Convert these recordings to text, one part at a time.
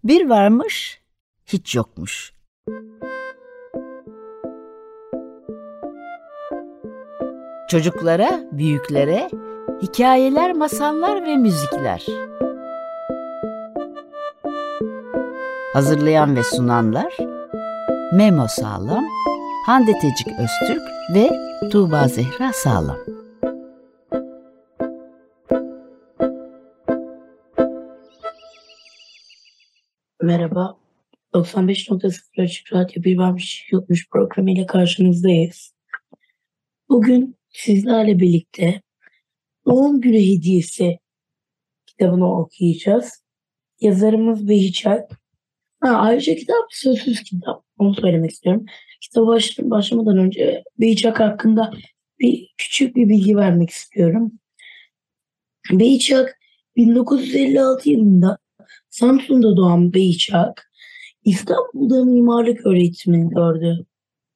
Bir varmış, hiç yokmuş. Çocuklara, büyüklere hikayeler, masallar ve müzikler. Hazırlayan ve sunanlar Memo Sağlam, Hande Tecik Öztürk ve Tuğba Zehra Sağlam. Merhaba, 95.0 Açık Radyo Bir Varmış Yokmuş programıyla karşınızdayız. Bugün sizlerle birlikte Doğum Günü Hediyesi kitabını okuyacağız. Yazarımız Behiçak. Ayrıca kitap sözsüz kitap. Onu söylemek istiyorum. Kitaba başlamadan önce Behiçak hakkında küçük bir bilgi vermek istiyorum. Behiçak 1956 yılında Samsun'da doğan Behiçak, İstanbul'da mimarlık öğretimini gördü.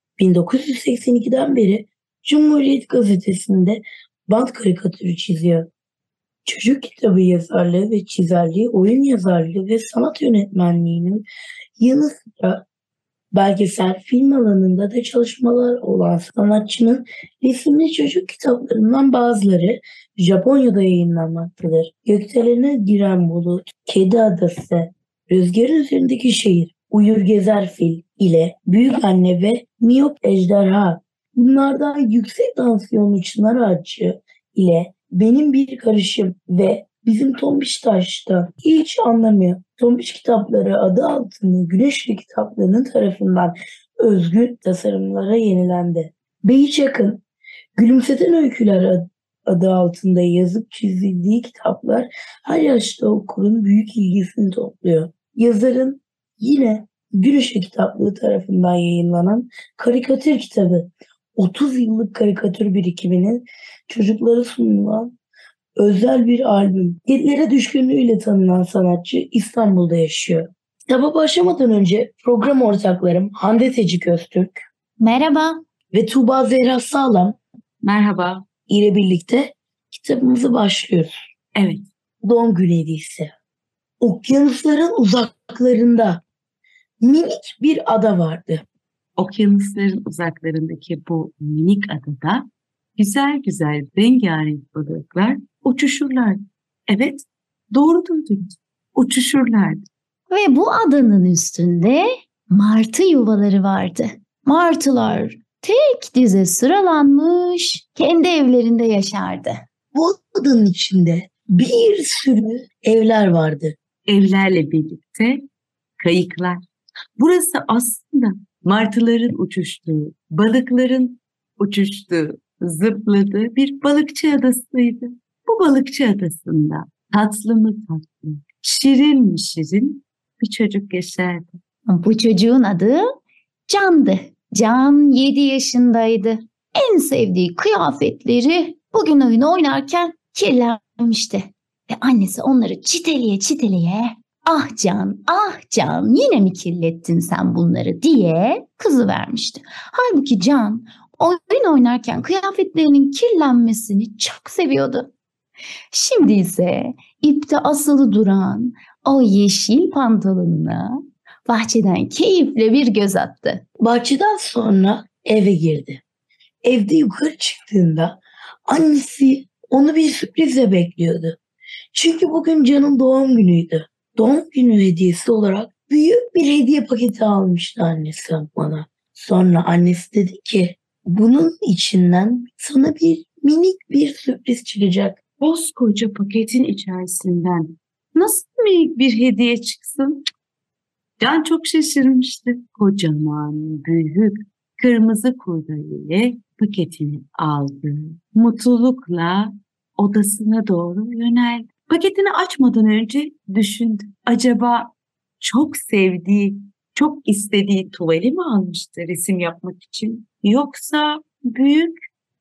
1982'den beri Cumhuriyet Gazetesi'nde bant karikatürü çiziyor. Çocuk kitabı yazarlığı ve çizerliği, oyun yazarlığı ve sanat yönetmenliğinin yanı sıra belgesel, film alanında da çalışmalar olan sanatçının resimli çocuk kitaplarından bazıları Japonya'da yayınlanmaktadır. Gökdelene giren bulut, Kedi Adası, Rüzgarın Üzerindeki Şehir, Uyur Gezer Fil ile Büyük Anne ve Miyop Ejderha. Bunlardan Yüksek Tansiyonlu Çınar Ağacı ile Benim Bir Karışım ve Bizim Tombiş Taş'ta hiç anlamıyor. Tombiş Kitapları adı altında Güneşli Kitapları'nın tarafından özgün tasarımlara yenilendi. Behiçak'ın Gülümseten Öyküler adı altında yazıp çizildiği kitaplar her yaşta okurun büyük ilgisini topluyor. Yazarın yine Güneşli Kitaplığı tarafından yayınlanan karikatür kitabı 30 yıllık karikatür birikiminin çocuklara sunulan özel bir albüm. Kedilere düşkünlüğüyle tanınan sanatçı İstanbul'da yaşıyor. Kitaba başlamadan önce program ortaklarım Hande Tecik Öztürk. Merhaba. Ve Tuğba Zehra Sağlam. Merhaba. ile birlikte kitabımızı başlıyoruz. Evet. Doğum Günü Hediyesi. Okyanusların uzaklarında minik bir ada vardı. Okyanusların uzaklarındaki bu minik adada güzel güzel rengarenk balıklar uçuşurlardı. Evet, doğru duydunuz. Uçuşurlardı. Ve bu adanın üstünde martı yuvaları vardı. Martılar tek dize sıralanmış kendi evlerinde yaşardı. Bu adanın içinde bir sürü evler vardı. Evlerle birlikte kayıklar. Burası aslında martıların uçuştuğu, balıkların uçuştuğu, zıpladığı bir balıkçı adasıydı. Bu balıkçı adasında tatlı mı tatlı, şirin mi şirin bir çocuk yaşardı. Bu çocuğun adı Can'dı. Can 7 yaşındaydı. En sevdiği kıyafetleri bugün oyun oynarken kirlenmişti. Ve annesi onları çiteleye "Ah Can, ah Can, yine mi kirlettin sen bunları?" diye kızıvermişti. Halbuki Can oyun oynarken kıyafetlerinin kirlenmesini çok seviyordu. Şimdi ise ipte asılı duran o yeşil pantolonuna bahçeden keyifle bir göz attı. Bahçeden sonra eve girdi. Evde yukarı çıktığında annesi onu bir sürprizle bekliyordu. Çünkü bugün Can'ın doğum günüydü. Doğum günü hediyesi olarak büyük bir hediye paketi almıştı annesi bana. Sonra annesi dedi ki bunun içinden sana minik bir sürpriz çıkacak. Koskoca paketin içerisinden nasıl minik bir hediye çıksın? Can çok şaşırmıştı. Kocaman, büyük, kırmızı kurdele paketini aldı. Mutlulukla odasına doğru yöneldi. Paketini açmadan önce düşündü. Acaba çok sevdiği, çok istediği tuvali mi almıştı resim yapmak için? Yoksa büyük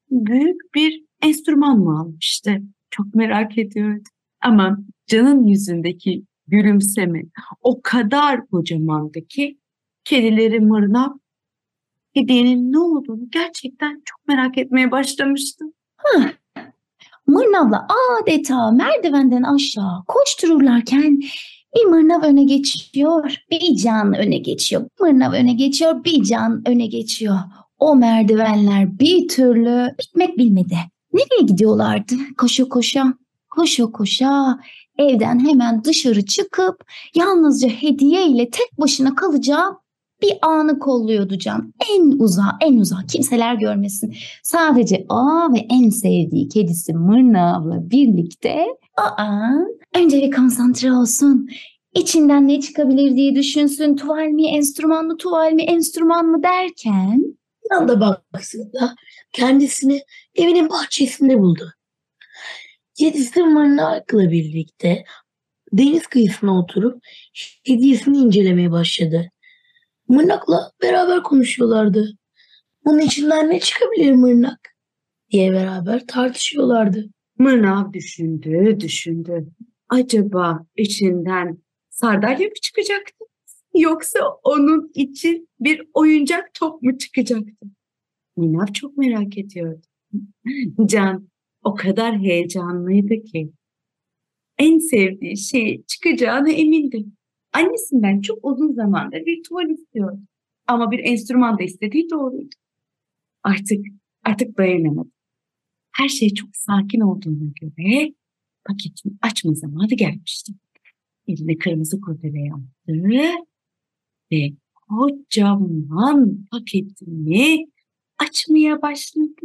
bir enstrüman mı almıştı? Çok merak ediyordu. Ama Can'ın yüzündeki gülümseme o kadar kocamandı ki kedileri mırnap hediyenin ne olduğunu gerçekten çok merak etmeye başlamıştı. Mırnav'la adeta merdivenden aşağı koştururlarken Bir mırnav öne geçiyor, bir can öne geçiyor. Mırnav öne geçiyor, bir can öne geçiyor. O merdivenler bir türlü bitmek bilmedi. Nereye gidiyorlardı? Koşa koşa, koşa koşa evden hemen dışarı çıkıp yalnızca hediye ile tek başına kalacağı bir anı kolluyordu Can. En uzağa kimseler görmesin. Sadece o ve en sevdiği kedisi Mırnav'la birlikte önce bir konsantre olsun. İçinden ne çıkabilir diye düşünsün. Tuval mi, enstrüman mı, tuval mi, enstrüman mı derken Bir anda baktığında kendisini evinin bahçesinde buldu. Kedisi Mırnak'la birlikte deniz kıyısına oturup hediyesini incelemeye başladı. Mırnak'la beraber konuşuyorlardı. Bunun içinden ne çıkabilir Mırnak diye beraber tartışıyorlardı. Mırnav düşündü. Acaba içinden sardalya mı çıkacaktı? Yoksa onun için bir oyuncak top mu çıkacaktı? Mırnav çok merak ediyordu. Can o kadar heyecanlıydı ki en sevdiği şey çıkacağına emindi. Annesinden çok uzun zamandır bir tuval istiyordu. Ama bir enstrüman da istediği doğruydu. Artık dayanamadı. Her şey çok sakin olduğuna göre paketini açma zamanı gelmişti. Eline kırmızı kurdele aldı ve kocaman paketini açmaya başladı.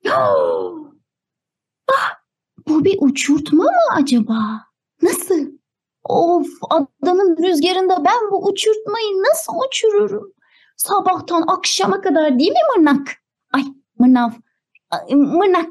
bu bir uçurtma mı acaba? Nasıl? Of, adamın rüzgarında ben bu uçurtmayı nasıl uçururum? Sabahtan akşama kadar değil mi Mırnak? Ay Mırnav, Mırnak.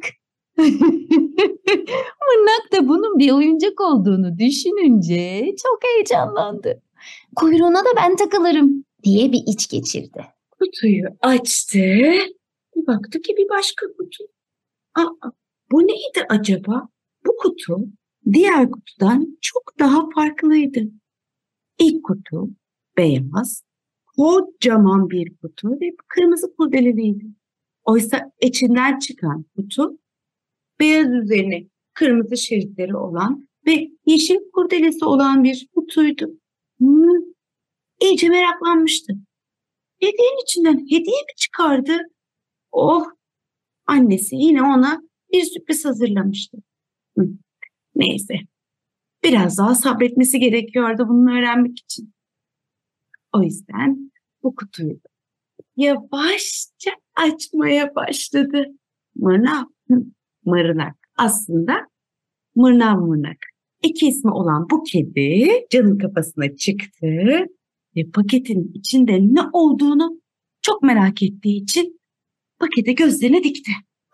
Mırnak da bunun bir oyuncak olduğunu düşününce çok heyecanlandı. Kuyruğuna da ben takılırım diye bir iç geçirdi. Kutuyu açtı. Bir baktı ki bir başka kutu. Bu neydi acaba? Bu kutu diğer kutudan çok daha farklıydı. İlk kutu beyaz, kocaman bir kutu ve kırmızı kurdeleliydi. Oysa içinden çıkan kutu beyaz üzerine kırmızı şeritleri olan ve yeşil kurdelesi olan bir kutuydu. İyice meraklanmıştı. Hediyenin içinden hediye mi çıkardı? Oh, annesi yine ona bir sürpriz hazırlamıştı. Neyse, biraz daha sabretmesi gerekiyordu bunu öğrenmek için. O yüzden bu kutuyu yavaşça açmaya başladı. Mırnak. Aslında Mırnak. İki ismi olan bu kedi Can'ın kafasına çıktı ve paketin içinde ne olduğunu çok merak ettiği için pakete gözlerini dikti.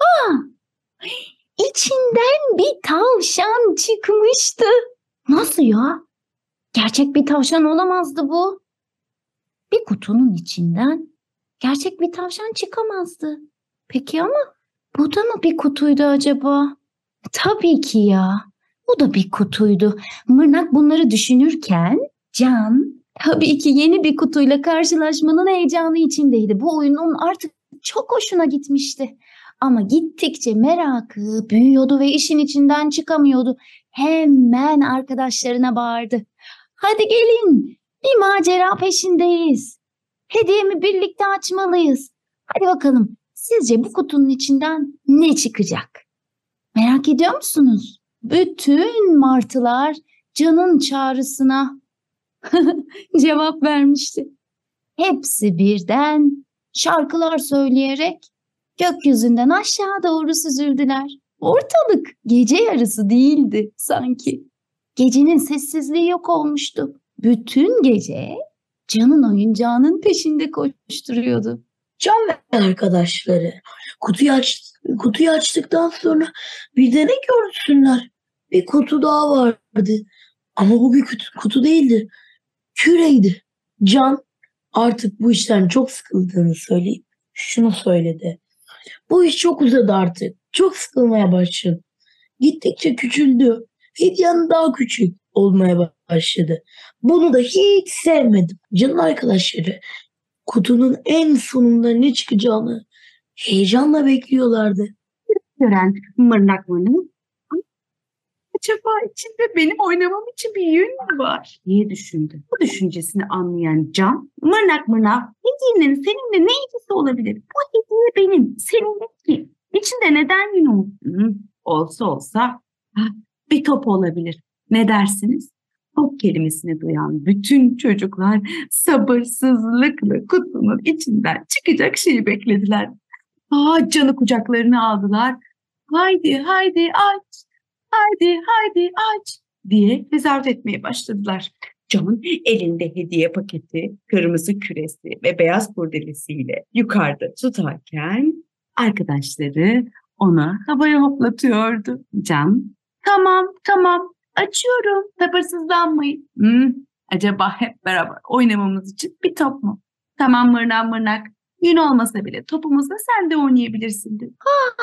İçinden bir tavşan çıkmıştı. Nasıl ya? Gerçek bir tavşan olamazdı bu. Bir kutunun içinden gerçek bir tavşan çıkamazdı. Peki ama bu da mı bir kutuydu acaba? Tabii ki ya. Bu da bir kutuydu. Mırnak bunları düşünürken Can tabii ki yeni bir kutuyla karşılaşmanın heyecanı içindeydi. Bu oyun onun artık çok hoşuna gitmişti. Ama gittikçe merakı büyüyordu ve işin içinden çıkamıyordu. Hemen arkadaşlarına bağırdı. Hadi gelin, bir macera peşindeyiz. Hediyemi birlikte açmalıyız. Hadi bakalım, sizce bu kutunun içinden ne çıkacak? Merak ediyor musunuz? Bütün martılar Can'ın çağrısına cevap vermişti. Hepsi birden şarkılar söyleyerek gökyüzünden aşağı doğru süzüldüler. Ortalık gece yarısı değildi sanki. Gecenin sessizliği yok olmuştu. Bütün gece Can'ın oyuncağının peşinde koşturuyordu. Can ve arkadaşları kutuyu açtıktan sonra bir de ne görsünler? Bir kutu daha vardı. Ama bu bir kutu değildi. Küreydi. Can artık bu işten çok sıkıldığını söyleyip şunu söyledi. Bu iş çok uzadı artık. Çok sıkılmaya başladım. Gittikçe küçüldü. Hediyem daha küçük olmaya başladı. Bunu da hiç sevmedim. Canım arkadaşları kutunun en sonunda ne çıkacağını heyecanla bekliyorlardı. Gören Mırnak acaba içinde benim oynamam için bir yün mü var diye düşündü. Bu düşüncesini anlayan Can mırnak mırnak hediyenin seninle ne ilgisi olabilir? Bu hediye benim, senin değil ki. İçinde neden yün olsun? Olsa bir top olabilir. Ne dersiniz? Top kelimesini duyan bütün çocuklar sabırsızlıkla kutunun içinden çıkacak şeyi beklediler. Can'ı kucaklarına aldılar. Haydi aç, haydi aç diye tezahürat etmeye başladılar. Can elinde hediye paketi, kırmızı küresi ve beyaz kurdelesiyle yukarıda tutarken arkadaşları ona havaya hoplatıyordu. Can, tamam açıyorum, sabırsızlanmayın. Acaba hep beraber oynamamız için bir top mu? Tamam mırnak, yün olmasa bile topumuzla sen de oynayabilirsin dedi.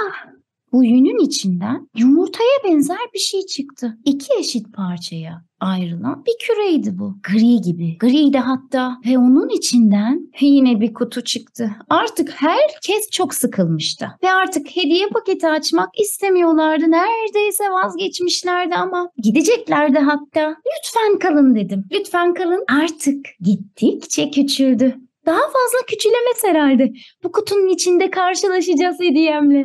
Bu yünün içinden yumurtaya benzer bir şey çıktı. 2 eşit parçaya ayrılan bir küreydi bu. Gri gibi. Griydi hatta. Ve onun içinden yine bir kutu çıktı. Artık herkes çok sıkılmıştı. Ve artık hediye paketi açmak istemiyorlardı. Neredeyse vazgeçmişlerdi ama gideceklerdi hatta. Lütfen kalın dedim. Lütfen kalın. Artık gittikçe küçüldü. Daha fazla küçülemez herhalde. Bu kutunun içinde karşılaşacağız hediyemle.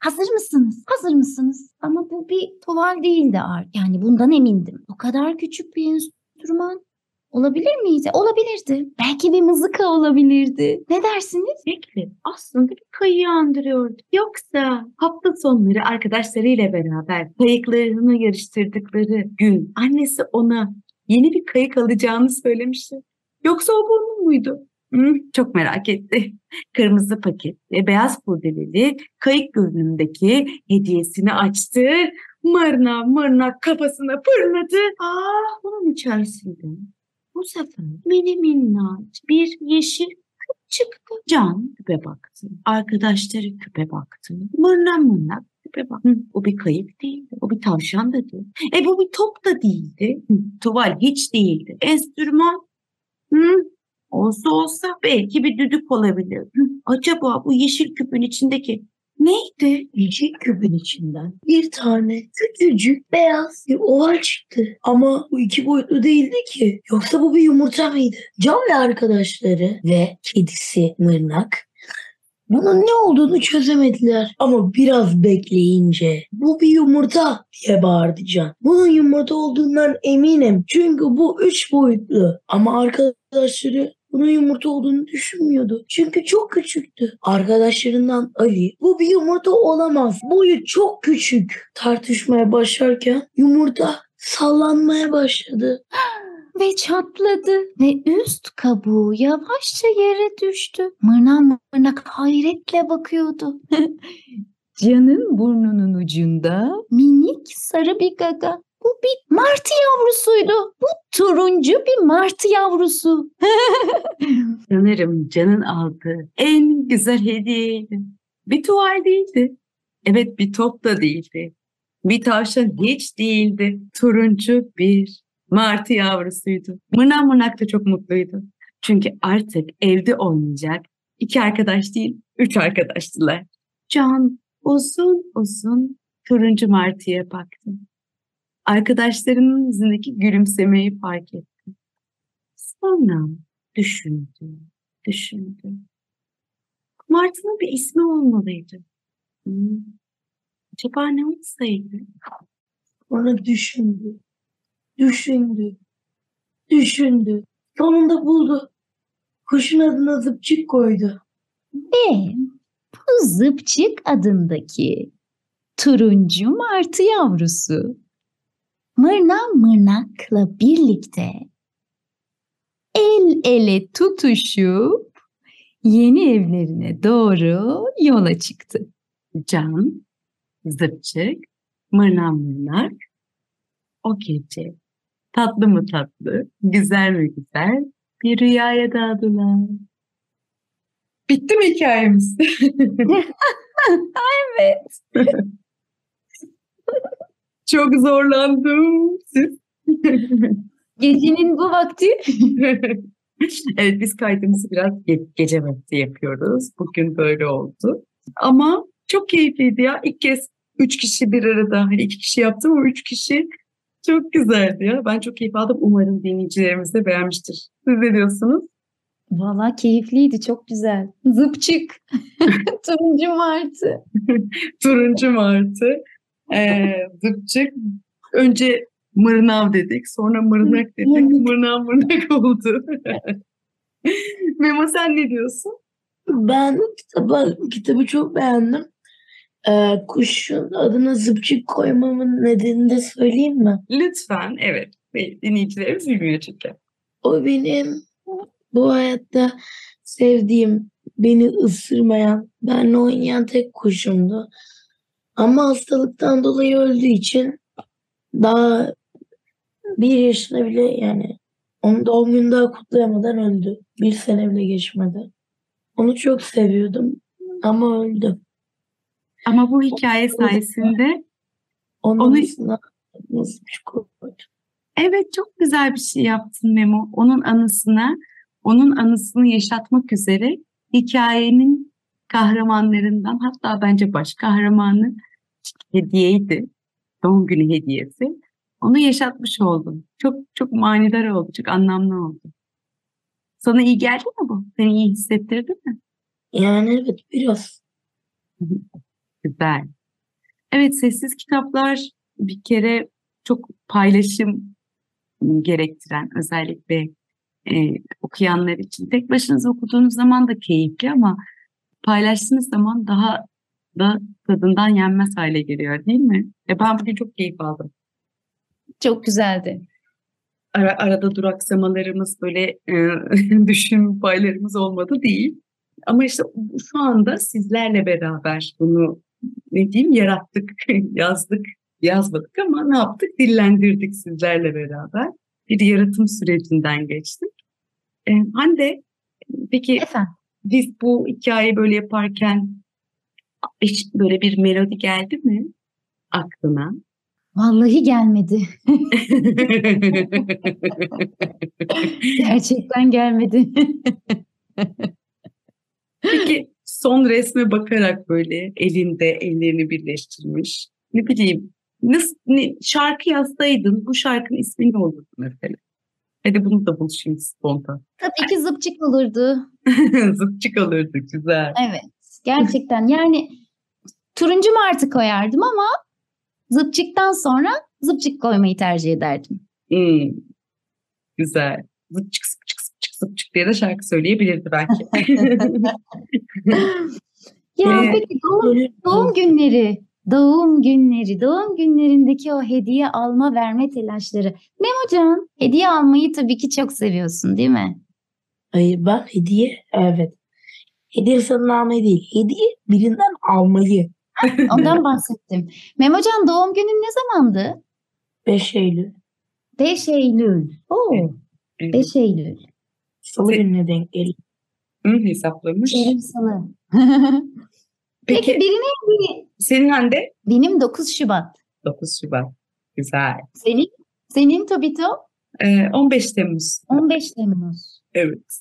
Hazır mısınız? Ama bu bir tuval değildi artık. Yani bundan emindim. O kadar küçük bir enstrüman olabilir miydi? Olabilirdi. Belki bir mızıka olabilirdi. Ne dersiniz? Bekle, aslında bir kayığı andırıyordu. Yoksa hafta sonları arkadaşlarıyla beraber kayıklarını yarıştırdıkları gün annesi ona yeni bir kayık alacağını söylemişti. Yoksa o bunun muydu? Çok merak etti. Kırmızı paket ve beyaz kurdeleli kayık görünümündeki hediyesini açtı. Mırnak kafasına fırladı. Bunun içerisinde bu sefer mini minnak bir yeşil küp çıktı. Can küpe baktı. Arkadaşları küpe baktı. Mırnak küpe baktı. O bir kayık değildi. O bir tavşan da değil. Bu bir top da değildi. Tuval hiç değildi. Enstrüman olsa belki bir düdük olabilir. Acaba bu yeşil küpün içindeki neydi? Yeşil küpün içinden bir tane küçücük beyaz bir oval çıktı. Ama bu 2 boyutlu değildi ki. Yoksa bu bir yumurta mıydı? Can ve arkadaşları ve kedisi Mırnak bunun ne olduğunu çözemediler. Ama biraz bekleyince bu bir yumurta diye bağırdı Can. Bunun yumurta olduğundan eminim. Çünkü bu 3 boyutlu. Ama arkadaşları bunun yumurta olduğunu düşünmüyordu. Çünkü çok küçüktü. Arkadaşlarından Ali, bu bir yumurta olamaz. Boyu çok küçük. Tartışmaya başlarken yumurta sallanmaya başladı. Ve çatladı ve üst kabuğu yavaşça yere düştü. Mırnak hayretle bakıyordu. Can'ın burnunun ucunda minik sarı bir gaga. Bu bir martı yavrusuydu. Bu turuncu bir martı yavrusu. Sanırım Can'ın aldığı en güzel hediyeydi. Bir tuval değildi. Evet, bir top da değildi. Bir tavşan hiç değildi. Turuncu bir martı yavrusuydu. Mırnak da çok mutluydu. Çünkü artık evde oynayacak 2 arkadaş değil 3 arkadaştılar. Can uzun turuncu martıya baktı. Arkadaşlarının yüzündeki gülümsemeyi fark etti. Sonra düşündü. Martının bir ismi olmalıydı. Acaba ne olsaydı? Sonra düşündü. Sonunda buldu. Kuşun adına Zıpçık koydu. Ve bu Zıpçık adındaki turuncu martı yavrusu Mırnak'la birlikte el ele tutuşup yeni evlerine doğru yola çıktı. Can, Zıpçık, Mırnak o gece tatlı mı tatlı, güzel mi güzel bir rüyaya daldılar. Bitti mi hikayemiz? Evet. Çok zorlandım. Siz? Gecenin bu vakti. Evet, biz kaydımızı biraz gece vakti yapıyoruz. Bugün böyle oldu. Ama çok keyifliydi ya. İlk kez 3 kişi bir arada. Hani 2 kişi yaptım ama 3 kişi Çok güzeldi ya. Ben çok keyif aldım. Umarım dinleyicilerimiz de beğenmiştir. Siz ne diyorsunuz? Valla keyifliydi, çok güzel. Zıpçık. Turuncu martı. Turuncu martı, zıpçık. Önce mırnav dedik, sonra mırnak dedik. Mırnav mırnak oldu. Memo sen ne diyorsun? Ben kitabı çok beğendim. Kuşun adına zıpçık koymamın nedenini de söyleyeyim mi? Lütfen, evet. Dinleyicilerimiz bilmiyor çünkü. O benim bu hayatta sevdiğim, beni ısırmayan, benimle oynayan tek kuşumdu. Ama hastalıktan dolayı öldüğü için daha 1 yaşına bile, yani onun doğum günü daha kutlayamadan öldü. 1 sene bile geçmedi. Onu çok seviyordum ama öldü. Ama bu hikaye sayesinde Onun onu anısına nasılmış koydum. evet çok güzel bir şey yaptın Memo. Onun anısını yaşatmak üzere hikayenin kahramanlarından hatta bence baş kahramanı hediyeydi. Doğum günü hediyesi. Onu yaşatmış oldun. Çok çok manidar oldu. Çok anlamlı oldu. Sana iyi geldi mi bu? Seni iyi hissettirdi mi? Yani evet, biraz. Güzel. Evet, sessiz kitaplar bir kere çok paylaşım gerektiren, özellikle okuyanlar için. Tek başınıza okuduğunuz zaman da keyifli ama paylaştığınız zaman daha da tadından yenmez hale geliyor, değil mi? Ben bugün çok keyif aldım. Çok güzeldi. Arada duraksamalarımız böyle düşün paylarımız olmadı değil. Ama işte şu anda sizlerle beraber bunu ne diyeyim yarattık, yazmadık ama ne yaptık? Dillendirdik sizlerle beraber. Bir yaratım sürecinden geçtik. Hande, peki Efendim? biz bu hikayeyi böyle yaparken hiç böyle bir melodi geldi mi aklına? Vallahi gelmedi. Gerçekten gelmedi. Peki son resme bakarak böyle elinde ellerini birleştirmiş. Ne bileyim şarkı yazsaydın bu şarkının ismi ne olurdu mesela? Hadi bunu da bul şimdi spontan. Tabii ki zıpçık olurdu. Zıpçık alırdı güzel. Evet. Gerçekten yani turuncu martı koyardım ama zıpçıktan sonra zıpçık koymayı tercih ederdim. Hmm, güzel. Zıpçık zıpçık zıpçık zıpçık diye de şarkı söyleyebilirdi belki. Ya Ee, peki Böyle doğum günlerindeki o hediye alma verme telaşları. Memocan, hediye almayı tabii ki çok seviyorsun, değil mi? hayır, ben hediye, evet. Hediye satın almayı değil. Hediye birinden almayı. Ondan bahsettim. Memocan doğum günün ne zamandı? 5 Eylül. 5 Eylül. Oo, evet. 5 Eylül. Salı gününe denk geliyor. Hesaplamış. Çeyrek salı. Peki Peki birine senin Hande? benim 9 Şubat. 9 Şubat. Güzel. Senin Tobito 15 Temmuz. 15 Temmuz. Evet.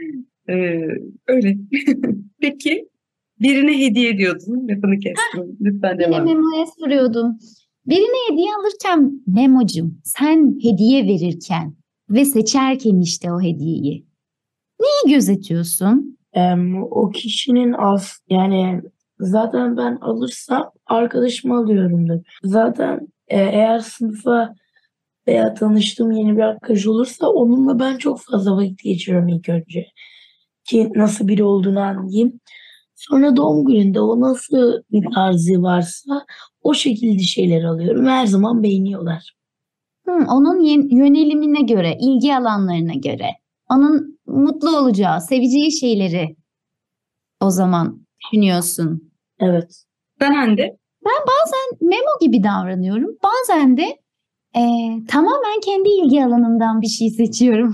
Öyle. Peki birine hediye ediyordun. Lafını kestim. Lütfen Yine devam et. Memo'ya soruyordum. Birine hediye alırken Memo'cum sen hediye verirken ve seçerken işte o hediyeyi neyi gözetiyorsun? O kişinin yani zaten ben alırsam arkadaşımı alıyorum da. Zaten eğer sınıfa veya tanıştığım yeni bir arkadaş olursa onunla ben çok fazla vakit geçiriyorum ilk önce. Ki nasıl biri olduğunu anlayayım. Sonra doğum gününde o nasıl bir tarzı varsa o şekilde şeyler alıyorum. Her zaman beğeniyorlar. Onun yönelimine göre, ilgi alanlarına göre, onun mutlu olacağı, seveceği şeyleri o zaman düşünüyorsun. Evet. Ben Hande. Memo gibi davranıyorum. Bazen de tamamen kendi ilgi alanımdan bir şey seçiyorum.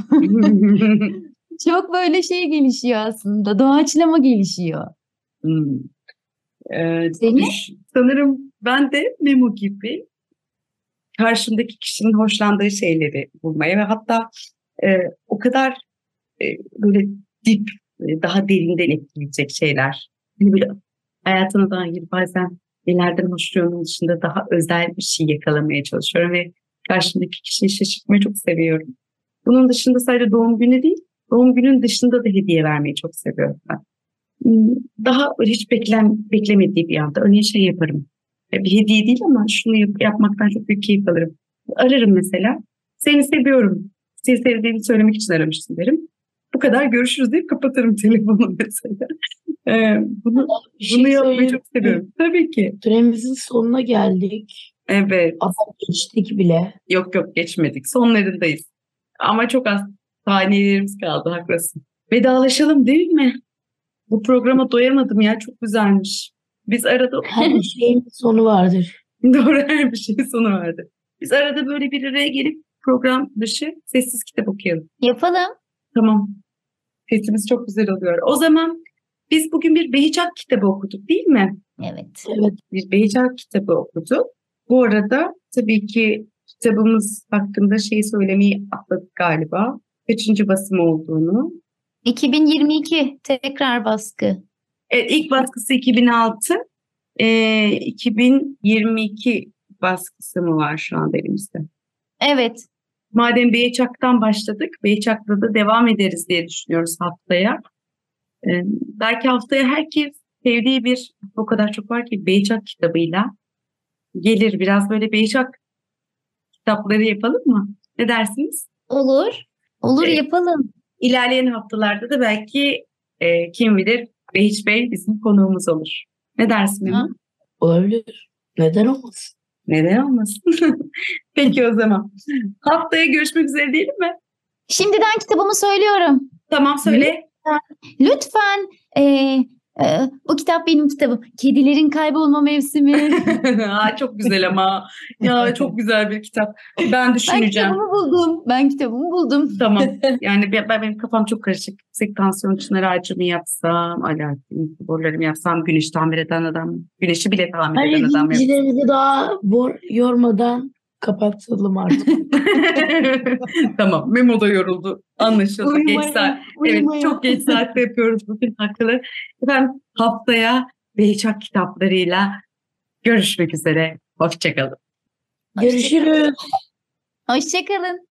Çok böyle şey gelişiyor aslında. Doğaçlama gelişiyor. Hmm. Senin? Sanırım ben de Memo gibi karşımdaki kişinin hoşlandığı şeyleri bulmaya ve hatta o kadar böyle dip, daha derinden etkileyecek şeyler. Hani böyle hayatına dair bazen nelerden hoşlanıyorum dışında daha özel bir şey yakalamaya çalışıyorum ve Karşımdaki kişiyi şaşırtmayı çok seviyorum. Bunun dışında sadece doğum günü değil, doğum günün dışında da hediye vermeyi çok seviyorum ben. Daha böyle hiç beklemediği bir anda örneğin şey yaparım. Bir hediye değil ama şunu yapmaktan çok büyük keyif alırım. Ararım mesela. Seni seviyorum. Seni sevdiğimi söylemek için aramışsın derim. Bu kadar, görüşürüz deyip kapatırım telefonu mesela. Bunu Bir şey yapmayı söyleyeyim çok mi? seviyorum. Tabii ki. Süremizin sonuna geldik. Evet. Ama geçtik bile. Yok geçmedik. Sonlarındayız. Ama çok az saniyelerimiz kaldı. Haklısın. Vedalaşalım değil mi? Bu programa doyamadım ya. Çok güzelmiş. Biz arada Her şeyin bir sonu vardır. doğru, her bir şeyin sonu vardı. Biz arada böyle bir araya gelip program dışı sessiz kitap okuyalım. Yapalım. Tamam. Sesimiz çok güzel oluyor. O zaman biz bugün bir Behçet kitabı okuduk değil mi? Evet. Evet. Bir Behçet kitabı okuduk. Bu arada tabii ki kitabımız hakkında şeyi söylemeyi atladık galiba. Kaçıncı basım olduğunu. 2022 tekrar baskı. Evet, ilk baskısı 2006. 2022 baskısı mı var şu anda elimizde? Evet. Madem Behçet'ten başladık, Behçet'le de devam ederiz diye düşünüyoruz haftaya. Belki haftaya herkes sevdiği bir, o kadar çok var ki Behçet kitabıyla gelir. Biraz böyle Behçet kitapları yapalım mı? Ne dersiniz? Olur. Olur, Evet. yapalım. İlerleyen haftalarda da belki kim bilir Behiç Bey bizim konuğumuz olur. Ne dersin Ha. Memo? Olabilir. Neden olmasın? Neden olmasın? Peki o zaman. Haftaya görüşmek üzere diyelim mi? Şimdiden kitabımı söylüyorum. Tamam, söyle. Lütfen bu kitap benim kitabım. Kedilerin Kaybolma Mevsimi. Çok güzel ama. Ya çok güzel bir kitap. Ben Ben düşüneceğim. kitabımı buldum. Tamam. Yani benim kafam çok karışık. Yüksek tansiyon için aracı mı yapsam, alerjim, sporları mı yapsam, güneş tamir eden adam, güneşi bile tamir Hayır, eden adam yapsam. dinleyicilerimizi daha yormadan kapatalım artık. Tamam. Memo da yoruldu. Anlaşıldı. Geç saat. Evet, uyumaya. çok geç saatte yapıyoruz bugün hakları. Efendim haftaya Behçet kitaplarıyla görüşmek üzere. Hoşçakalın. Görüşürüz. Hoşçakalın.